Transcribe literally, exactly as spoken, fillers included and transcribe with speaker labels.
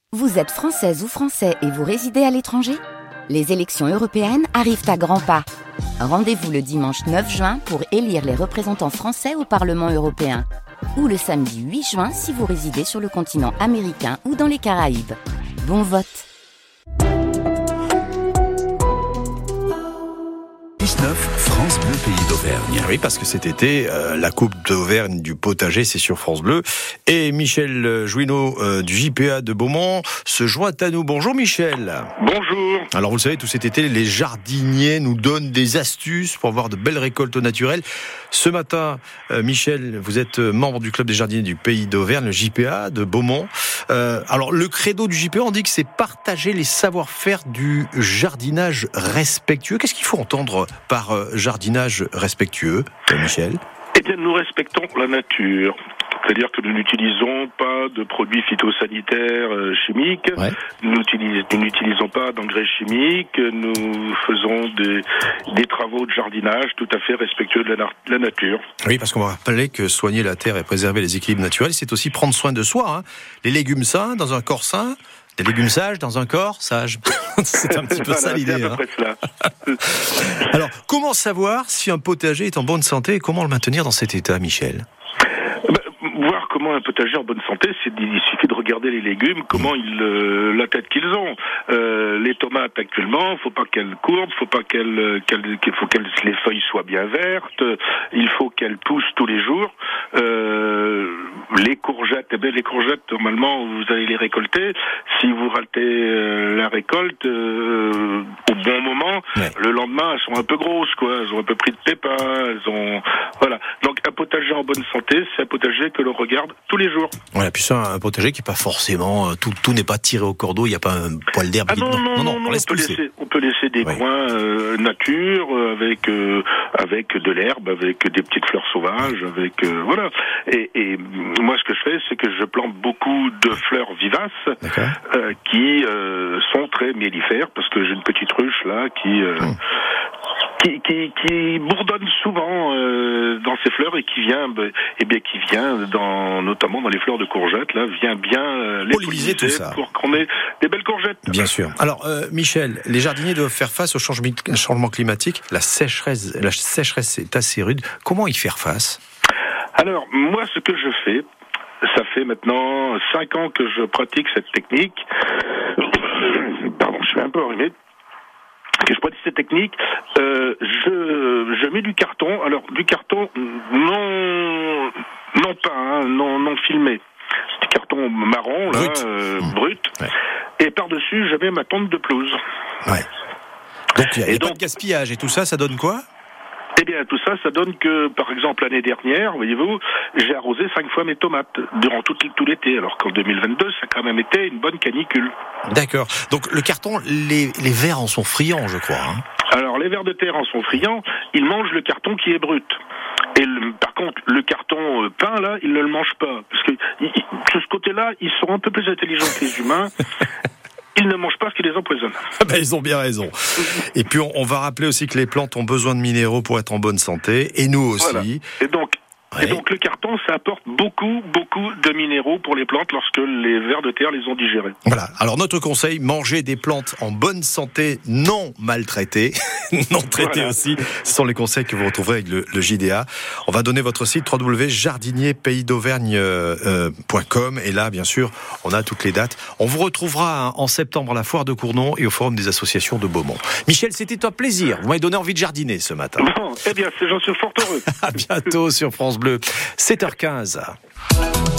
Speaker 1: Vous êtes française ou français et vous résidez à l'étranger ? Les élections européennes arrivent à grands pas. Rendez-vous le dimanche neuf juin pour élire les représentants français au Parlement européen. Ou le samedi huit juin si vous résidez sur le continent américain ou dans les Caraïbes. Bon vote!
Speaker 2: France Bleu Pays d'Auvergne.
Speaker 3: Oui, parce que cet été, euh, la Coupe d'Auvergne du potager, c'est sur France Bleu. Et Michel Jouineau euh, du J P A de Beaumont se joint à nous. Bonjour Michel.
Speaker 4: Bonjour.
Speaker 3: Alors vous le savez, tout cet été, les jardiniers nous donnent des astuces pour avoir de belles récoltes au naturel. Ce matin, euh, Michel, vous êtes membre du club des jardiniers du Pays d'Auvergne, le J P A de Beaumont. Euh, alors le credo du J P A, on dit que c'est partager les savoir-faire du jardinage respectueux. Qu'est-ce qu'il faut entendre par euh, jardinage respectueux, Michel?
Speaker 4: Eh bien, nous respectons la nature. C'est-à-dire que nous n'utilisons pas de produits phytosanitaires euh, chimiques, ouais. nous, n'utilis- nous n'utilisons pas d'engrais chimiques, nous faisons des, des travaux de jardinage tout à fait respectueux de la, na- la nature.
Speaker 3: Oui, parce qu'on va rappeler que soigner la terre et préserver les équilibres naturels, c'est aussi prendre soin de soi. Hein. Les légumes sains dans un corps sain, des légumes sages dans un corps sage. C'est un petit peu
Speaker 4: voilà,
Speaker 3: ça l'idée.
Speaker 4: C'est à peu
Speaker 3: hein.
Speaker 4: près cela.
Speaker 3: Alors, comment savoir si un potager est en bonne santé et comment le maintenir dans cet état, Michel ?
Speaker 4: Voir comment un potager en bonne santé, c'est il suffit de regarder les légumes, comment ils, euh, la tête qu'ils ont. Euh, les tomates actuellement, faut pas qu'elles courbent, faut pas qu'elles, qu'elles, qu'il faut que les feuilles soient bien vertes, il faut qu'elles poussent tous les jours. Euh, les courgettes, eh bien les courgettes, normalement, vous allez les récolter. Si vous ratez euh, la récolte euh, au bon moment, ouais. le lendemain, elles sont un peu grosses, quoi. Elles ont un peu pris de pépins, elles ont, voilà. Donc un potager en bonne santé, c'est un potager que l'on regarde tous les jours.
Speaker 3: Voilà, puis ça, un potager qui est pas forcément tout, tout n'est pas tiré au cordeau. Il n'y a pas un poil d'herbe.
Speaker 4: Ah non, non, non, non, non, on, laisse on, peut laisser, on peut laisser des ouais. coins euh, nature avec euh, avec de l'herbe, avec des petites fleurs sauvages, avec euh, voilà. Et, et moi, ce que je fais, c'est que je plante beaucoup de fleurs vivaces euh, qui euh, sont très mellifères, parce que j'ai une petite ruche là qui euh, hum. Qui, qui, qui bourdonne souvent euh, dans ses fleurs et qui vient, bah, eh bien, qui vient dans, notamment dans les fleurs de courgettes, là, vient bien euh, les polliniser tout ça pour qu'on ait des belles courgettes.
Speaker 3: Bien sûr. Alors, euh, Michel, les jardiniers doivent faire face au changement, changement climatique. La sécheresse, la sécheresse est assez rude. Comment y faire face ?
Speaker 4: Alors, moi, ce que je fais, ça fait maintenant cinq ans que je pratique cette technique. Pardon, je suis un peu enrhumé. Que je pratique cette technique, euh, je, je mets du carton, alors du carton non non peint, hein, non, non filmé, c'est du carton marron, là, brut, euh, mmh. brut ouais. et par-dessus je mets ma tonte de pelouse.
Speaker 3: Ouais. Donc il n'y a, a donc, pas de gaspillage, et tout ça, ça donne quoi ?
Speaker 4: Eh bien, tout ça, ça donne que, par exemple, l'année dernière, voyez-vous, j'ai arrosé cinq fois mes tomates durant tout, tout l'été, alors qu'en deux mille vingt-deux, ça a quand même été une bonne canicule.
Speaker 3: D'accord. Donc, le carton, les, les vers en sont friands, je crois. Hein.
Speaker 4: Alors, les vers de terre en sont friands, ils mangent le carton qui est brut. Et le, par contre, le carton peint, là, ils ne le mangent pas. Parce que, ils, de ce côté-là, ils sont un peu plus intelligents que les humains. Ils ne mangent pas ce qui les empoisonne.
Speaker 3: Ben, ils ont bien raison. Et puis, on, on va rappeler aussi que les plantes ont besoin de minéraux pour être en bonne santé, et nous aussi.
Speaker 4: Voilà. Et donc, ouais. et donc, le carton, ça apporte beaucoup, beaucoup de minéraux pour les plantes lorsque les vers de terre les ont digérés.
Speaker 3: Voilà. Alors, notre conseil, manger des plantes en bonne santé, non maltraitées, non traitées voilà. aussi. Ce sont les conseils que vous retrouverez avec le, le J D A. On va donner votre site w w w point jardinier pays d'auvergne point com, et là, bien sûr, on a toutes les dates. On vous retrouvera en septembre à la Foire de Cournon et au Forum des associations de Beaumont. Michel, c'était un plaisir. Vous m'avez donné envie de jardiner ce matin.
Speaker 4: Bon, eh bien, j'en suis fort heureux.
Speaker 3: À bientôt sur France Bleu, sept heures quinze.